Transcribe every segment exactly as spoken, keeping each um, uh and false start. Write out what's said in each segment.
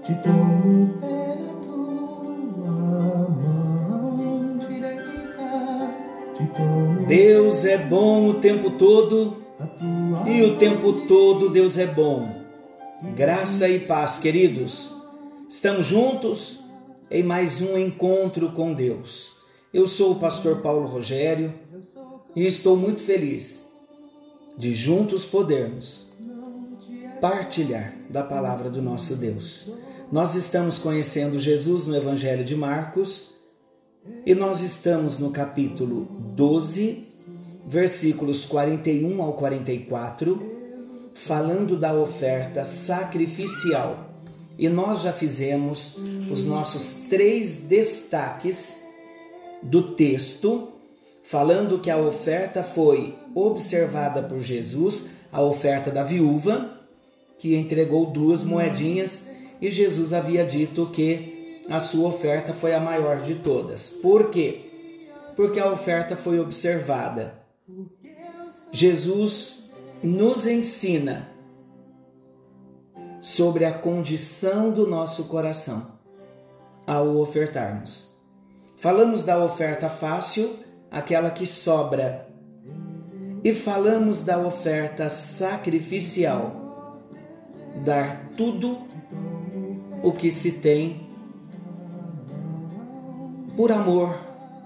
te tomo pela tua mão direita, te tomo. Deus é bom o tempo todo e o tempo todo Deus é bom. Graça e paz, queridos. Estamos juntos em mais um encontro com Deus. Eu sou o pastor Paulo Rogério e estou muito feliz de juntos podermos partilhar da palavra do nosso Deus. Nós estamos conhecendo Jesus no Evangelho de Marcos e nós estamos no capítulo doze, versículos quarenta e um ao quarenta e quatro, falando da oferta sacrificial. E nós já fizemos os nossos três destaques do texto, falando que a oferta foi observada por Jesus, a oferta da viúva, que entregou duas moedinhas, e Jesus havia dito que a sua oferta foi a maior de todas. Por quê? Porque a oferta foi observada. Jesus nos ensina sobre a condição do nosso coração ao ofertarmos. Falamos da oferta fácil, aquela que sobra, e falamos da oferta sacrificial, dar tudo o que se tem por amor.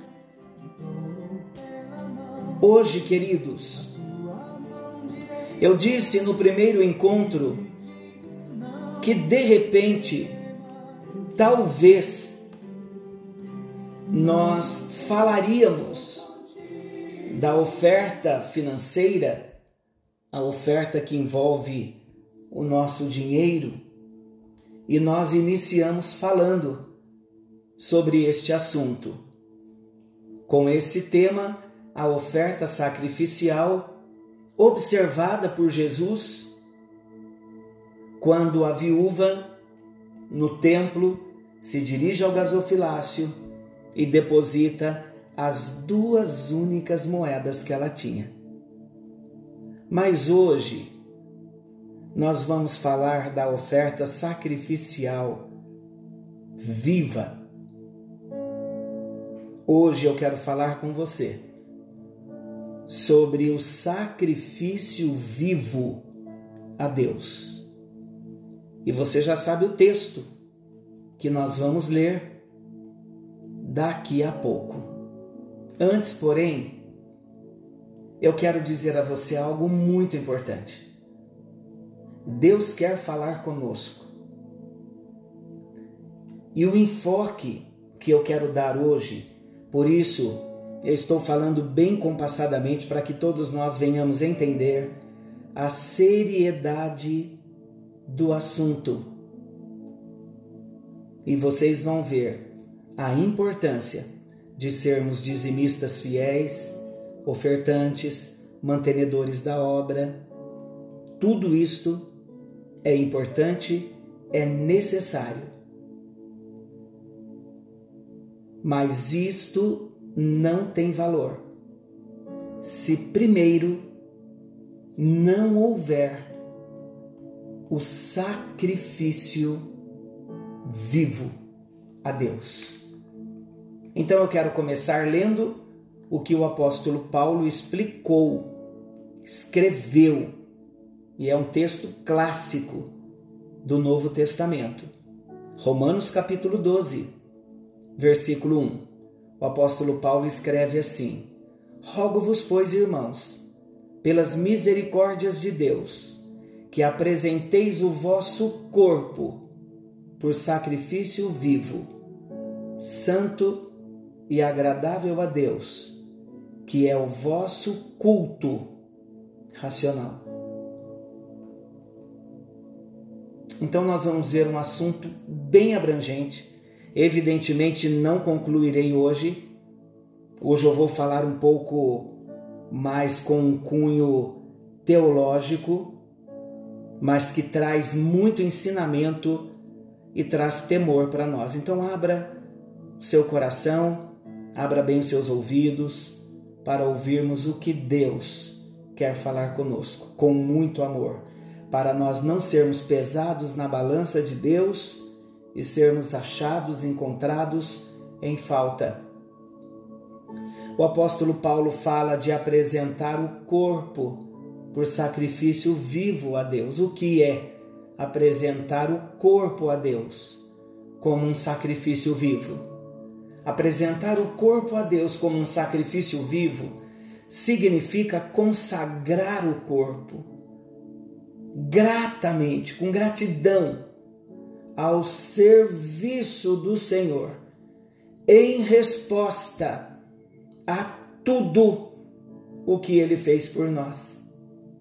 Hoje, queridos, eu disse no primeiro encontro que de repente, talvez, nós falaríamos da oferta financeira, a oferta que envolve o nosso dinheiro, e nós iniciamos falando sobre este assunto. Com esse tema, a oferta sacrificial, observada por Jesus, quando a viúva no templo se dirige ao gasofilácio e deposita as duas únicas moedas que ela tinha. Mas hoje nós vamos falar da oferta sacrificial viva. Hoje eu quero falar com você sobre o sacrifício vivo a Deus. E você já sabe o texto que nós vamos ler daqui a pouco. Antes, porém, eu quero dizer a você algo muito importante. Deus quer falar conosco. E o enfoque que eu quero dar hoje, por isso eu estou falando bem compassadamente para que todos nós venhamos entender a seriedade do assunto. E vocês vão ver a importância de sermos dizimistas fiéis, ofertantes, mantenedores da obra. Tudo isto é importante, é necessário. Mas isto não tem valor se primeiro não houver o sacrifício vivo a Deus. Então eu quero começar lendo o que o apóstolo Paulo explicou, escreveu, e é um texto clássico do Novo Testamento. Romanos capítulo doze, versículo um. O apóstolo Paulo escreve assim: Rogo-vos, pois, irmãos, pelas misericórdias de Deus, que apresenteis o vosso corpo por sacrifício vivo, santo e agradável a Deus, que é o vosso culto racional. Então nós vamos ver um assunto bem abrangente. Evidentemente não concluirei hoje. Hoje eu vou falar um pouco mais com um cunho teológico, mas que traz muito ensinamento e traz temor para nós. Então abra o seu coração, abra bem os seus ouvidos para ouvirmos o que Deus quer falar conosco, com muito amor, para nós não sermos pesados na balança de Deus e sermos achados, encontrados em falta. O apóstolo Paulo fala de apresentar o corpo por sacrifício vivo a Deus. O que é apresentar o corpo a Deus como um sacrifício vivo? Apresentar o corpo a Deus como um sacrifício vivo significa consagrar o corpo gratamente, com gratidão, ao serviço do Senhor, em resposta a tudo o que Ele fez por nós.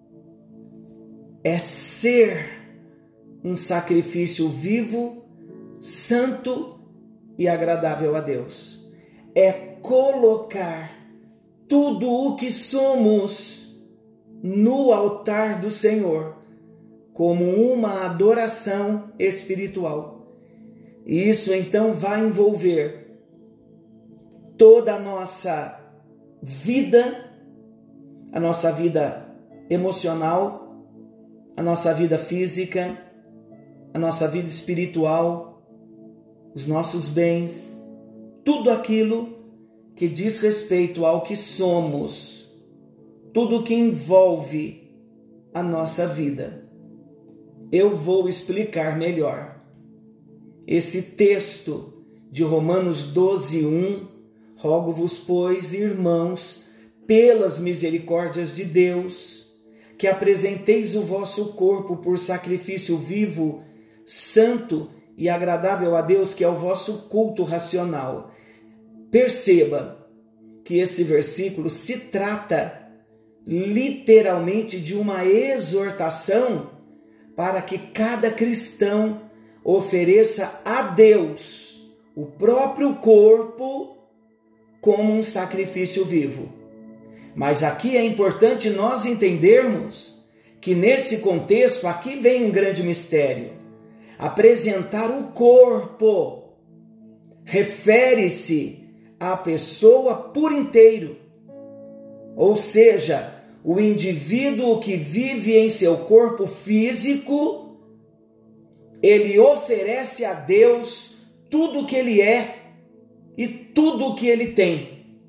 É ser um sacrifício vivo, santo e agradável a Deus. É colocar tudo o que somos no altar do Senhor, como uma adoração espiritual. E isso então vai envolver toda a nossa vida, a nossa vida emocional, a nossa vida física, a nossa vida espiritual, os nossos bens, tudo aquilo que diz respeito ao que somos, tudo que envolve a nossa vida. Eu vou explicar melhor. Esse texto de Romanos doze, um, rogo-vos, pois, irmãos, pelas misericórdias de Deus, que apresenteis o vosso corpo por sacrifício vivo, santo e agradável a Deus, que é o vosso culto racional. Perceba que esse versículo se trata literalmente de uma exortação para que cada cristão ofereça a Deus o próprio corpo como um sacrifício vivo. Mas aqui é importante nós entendermos que nesse contexto, aqui vem um grande mistério. Apresentar o corpo refere-se à pessoa por inteiro, ou seja, o indivíduo que vive em seu corpo físico, ele oferece a Deus tudo o que ele é e tudo o que ele tem.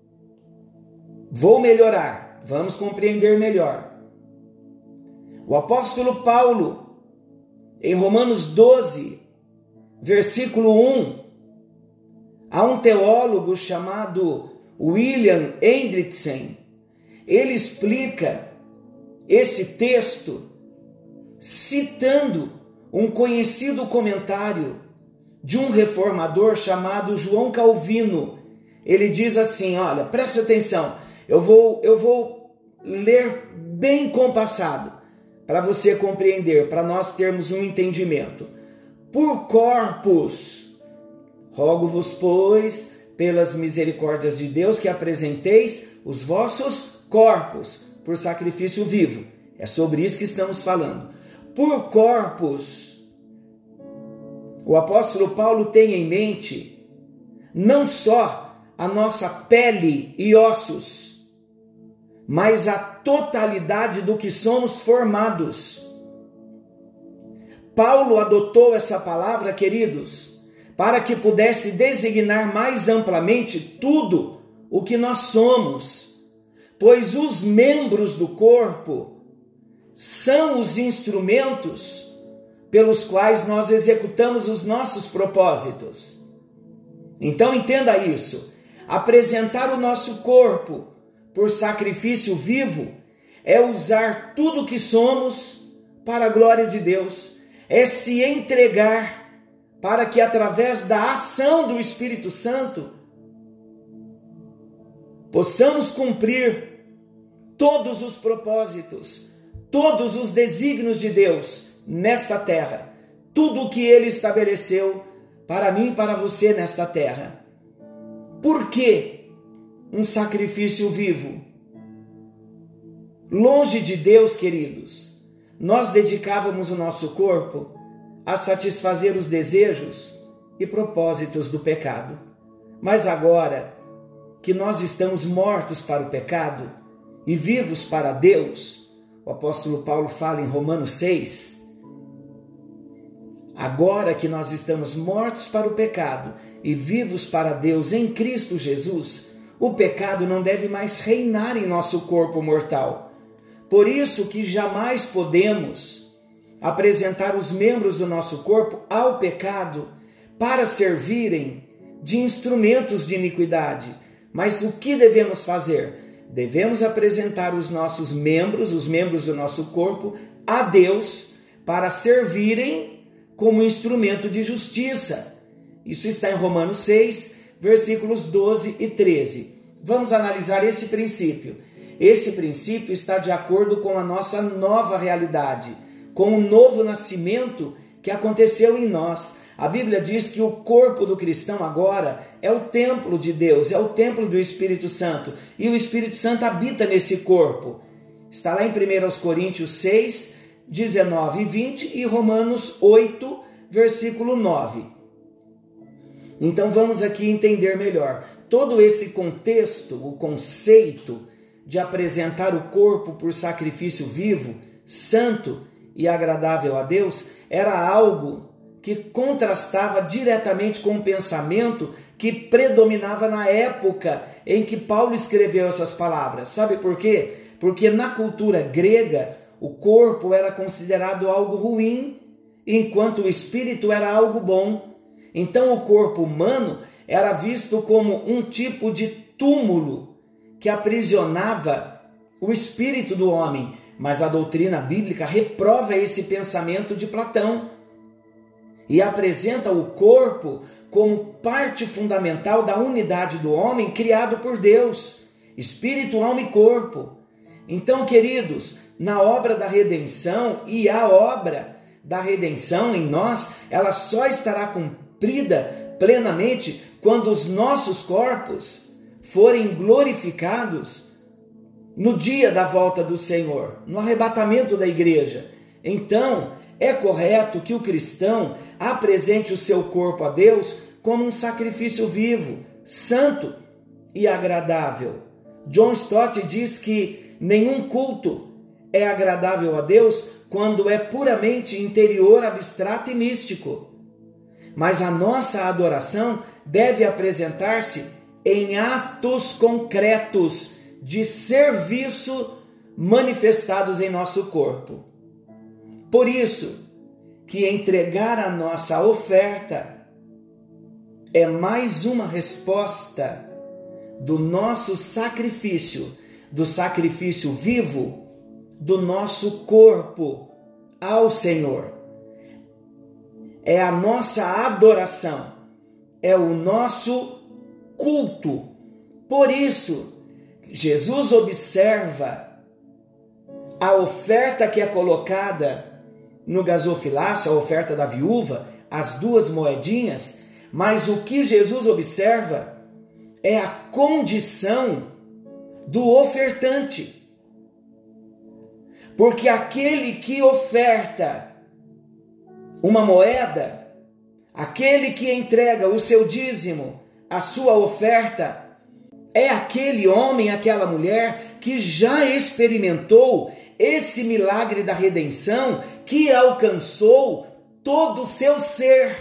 Vou melhorar, vamos compreender melhor. O apóstolo Paulo, em Romanos doze, versículo um, há um teólogo chamado William Hendrickson. Ele explica esse texto citando um conhecido comentário de um reformador chamado João Calvino. Ele diz assim, olha, presta atenção, eu vou, eu vou ler bem compassado para você compreender, para nós termos um entendimento. Por corpos, rogo-vos, pois, pelas misericórdias de Deus, que apresenteis os vossos corpos por sacrifício vivo. É sobre isso que estamos falando. Por corpos, o apóstolo Paulo tem em mente não só a nossa pele e ossos, mas a totalidade do que somos formados. Paulo adotou essa palavra, queridos, para que pudesse designar mais amplamente tudo o que nós somos. Pois os membros do corpo são os instrumentos pelos quais nós executamos os nossos propósitos. Então entenda isso. Apresentar o nosso corpo por sacrifício vivo é usar tudo que somos para a glória de Deus. É se entregar para que através da ação do Espírito Santo possamos cumprir todos os propósitos, todos os desígnios de Deus nesta terra, tudo o que Ele estabeleceu para mim e para você nesta terra. Por que um sacrifício vivo? Longe de Deus, queridos, nós dedicávamos o nosso corpo a satisfazer os desejos e propósitos do pecado. Mas agora que nós estamos mortos para o pecado e vivos para Deus, o apóstolo Paulo fala em Romanos seis, Agora que nós estamos mortos para o pecado e vivos para Deus em Cristo Jesus, o pecado não deve mais reinar em nosso corpo mortal. Por isso que jamais podemos apresentar os membros do nosso corpo ao pecado para servirem de instrumentos de iniquidade. Mas o que devemos fazer? Devemos apresentar os nossos membros, os membros do nosso corpo, a Deus para servirem como instrumento de justiça. Isso está em Romanos seis, versículos doze e treze. Vamos analisar esse princípio. Esse princípio está de acordo com a nossa nova realidade, com o novo nascimento que aconteceu em nós. A Bíblia diz que o corpo do cristão agora é o templo de Deus, é o templo do Espírito Santo, e o Espírito Santo habita nesse corpo. Está lá em primeira Coríntios seis, dezenove e vinte e Romanos oito, versículo nove. Então vamos aqui entender melhor. Todo esse contexto, o conceito de apresentar o corpo por sacrifício vivo, santo e agradável a Deus, era algo que contrastava diretamente com o pensamento que predominava na época em que Paulo escreveu essas palavras. Sabe por quê? Porque na cultura grega, o corpo era considerado algo ruim, enquanto o espírito era algo bom. Então o corpo humano era visto como um tipo de túmulo que aprisionava o espírito do homem. Mas a doutrina bíblica reprova esse pensamento de Platão e apresenta o corpo como parte fundamental da unidade do homem criado por Deus, espírito, alma e corpo. Então, queridos, na obra da redenção, e a obra da redenção em nós, ela só estará cumprida plenamente quando os nossos corpos forem glorificados no dia da volta do Senhor, no arrebatamento da igreja. Então, é correto que o cristão apresente o seu corpo a Deus como um sacrifício vivo, santo e agradável. John Stott diz que nenhum culto é agradável a Deus quando é puramente interior, abstrato e místico. Mas a nossa adoração deve apresentar-se em atos concretos de serviço manifestados em nosso corpo. Por isso que entregar a nossa oferta é mais uma resposta do nosso sacrifício, do sacrifício vivo do nosso corpo ao Senhor. É a nossa adoração, é o nosso culto. Por isso, Jesus observa a oferta que é colocada no gasofilácio, a oferta da viúva, as duas moedinhas, mas o que Jesus observa é a condição do ofertante. Porque aquele que oferta uma moeda, aquele que entrega o seu dízimo, a sua oferta, é aquele homem, aquela mulher que já experimentou esse milagre da redenção, que alcançou todo o seu ser.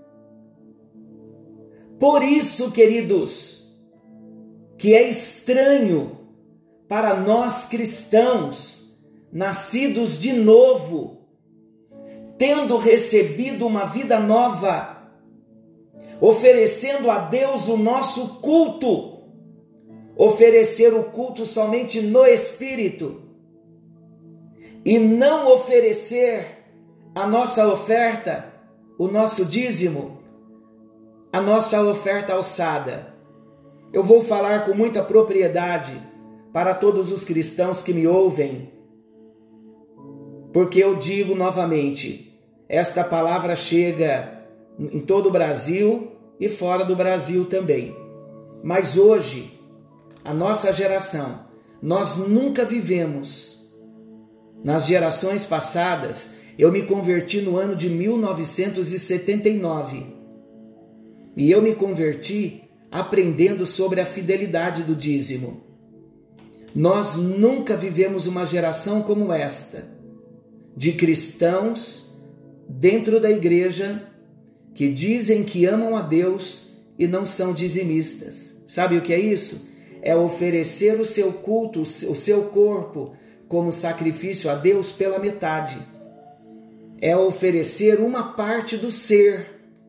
Por isso, queridos, que é estranho para nós cristãos, nascidos de novo, tendo recebido uma vida nova, oferecendo a Deus o nosso culto, oferecer o culto somente no Espírito, e não oferecer a nossa oferta, o nosso dízimo, a nossa oferta alçada. Eu vou falar com muita propriedade para todos os cristãos que me ouvem, porque eu digo novamente, esta palavra chega em todo o Brasil e fora do Brasil também. Mas hoje, a nossa geração, nós nunca vivemos. Nas gerações passadas, eu me converti no ano de mil novecentos e setenta e nove. E eu me converti aprendendo sobre a fidelidade do dízimo. Nós nunca vivemos uma geração como esta, de cristãos dentro da igreja que dizem que amam a Deus e não são dizimistas. Sabe o que é isso? É oferecer o seu culto, o seu corpo, como sacrifício a Deus pela metade. É oferecer uma parte do ser.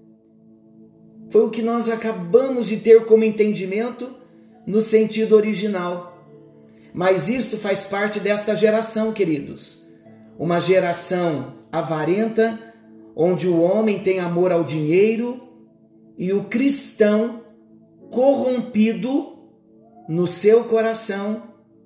Foi o que nós acabamos de ter como entendimento no sentido original. Mas isto faz parte desta geração, queridos. Uma geração avarenta, onde o homem tem amor ao dinheiro e o cristão corrompido no seu coração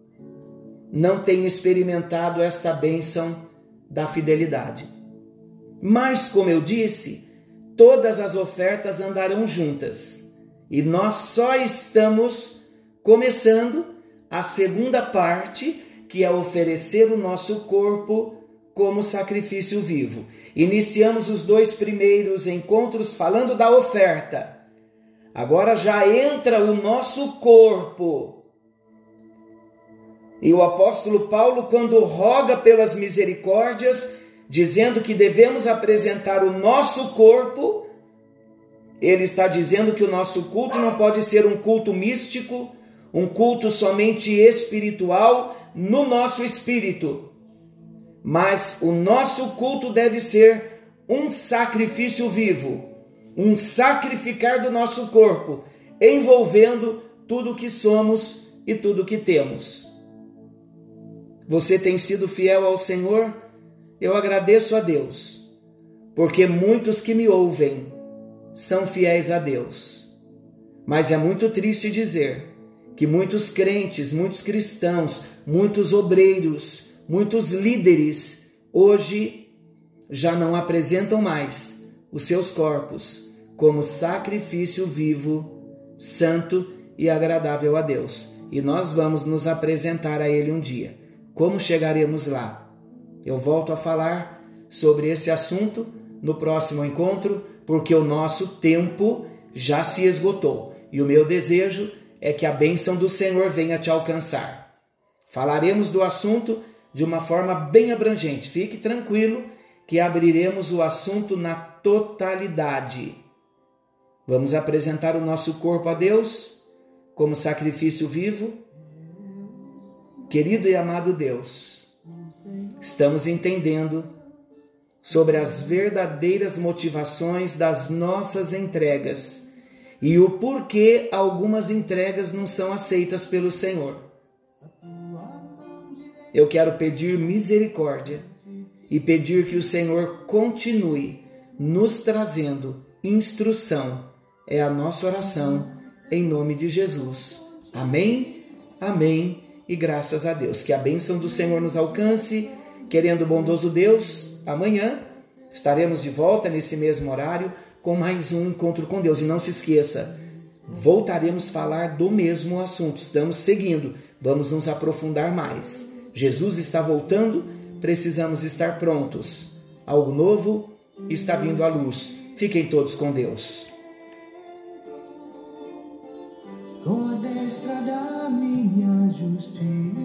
não tem experimentado esta bênção da fidelidade. Mas, como eu disse, todas as ofertas andarão juntas e nós só estamos começando a segunda parte, que é oferecer o nosso corpo como sacrifício vivo. Iniciamos os dois primeiros encontros falando da oferta. Agora já entra o nosso corpo. E o apóstolo Paulo, quando roga pelas misericórdias, dizendo que devemos apresentar o nosso corpo, ele está dizendo que o nosso culto não pode ser um culto místico, um culto somente espiritual no nosso espírito. Mas o nosso culto deve ser um sacrifício vivo, um sacrificar do nosso corpo, envolvendo tudo o que somos e tudo o que temos. Você tem sido fiel ao Senhor? Eu agradeço a Deus, porque muitos que me ouvem são fiéis a Deus. Mas é muito triste dizer que muitos crentes, muitos cristãos, muitos obreiros, muitos líderes, hoje já não apresentam mais os seus corpos como sacrifício vivo, santo e agradável a Deus. E nós vamos nos apresentar a Ele um dia. Como chegaremos lá? Eu volto a falar sobre esse assunto no próximo encontro, porque o nosso tempo já se esgotou. E o meu desejo é que a bênção do Senhor venha te alcançar. Falaremos do assunto de uma forma bem abrangente. Fique tranquilo que abriremos o assunto na totalidade. Vamos apresentar o nosso corpo a Deus como sacrifício vivo. Querido e amado Deus, estamos entendendo sobre as verdadeiras motivações das nossas entregas e o porquê algumas entregas não são aceitas pelo Senhor. Eu quero pedir misericórdia e pedir que o Senhor continue nos trazendo instrução. É a nossa oração em nome de Jesus. Amém, amém e graças a Deus. Que a bênção do Senhor nos alcance. Querendo o bondoso Deus, amanhã estaremos de volta nesse mesmo horário com mais um encontro com Deus. E não se esqueça, voltaremos a falar do mesmo assunto. Estamos seguindo, vamos nos aprofundar mais. Jesus está voltando, precisamos estar prontos. Algo novo está vindo à luz. Fiquem todos com Deus. Com a destra da minha justiça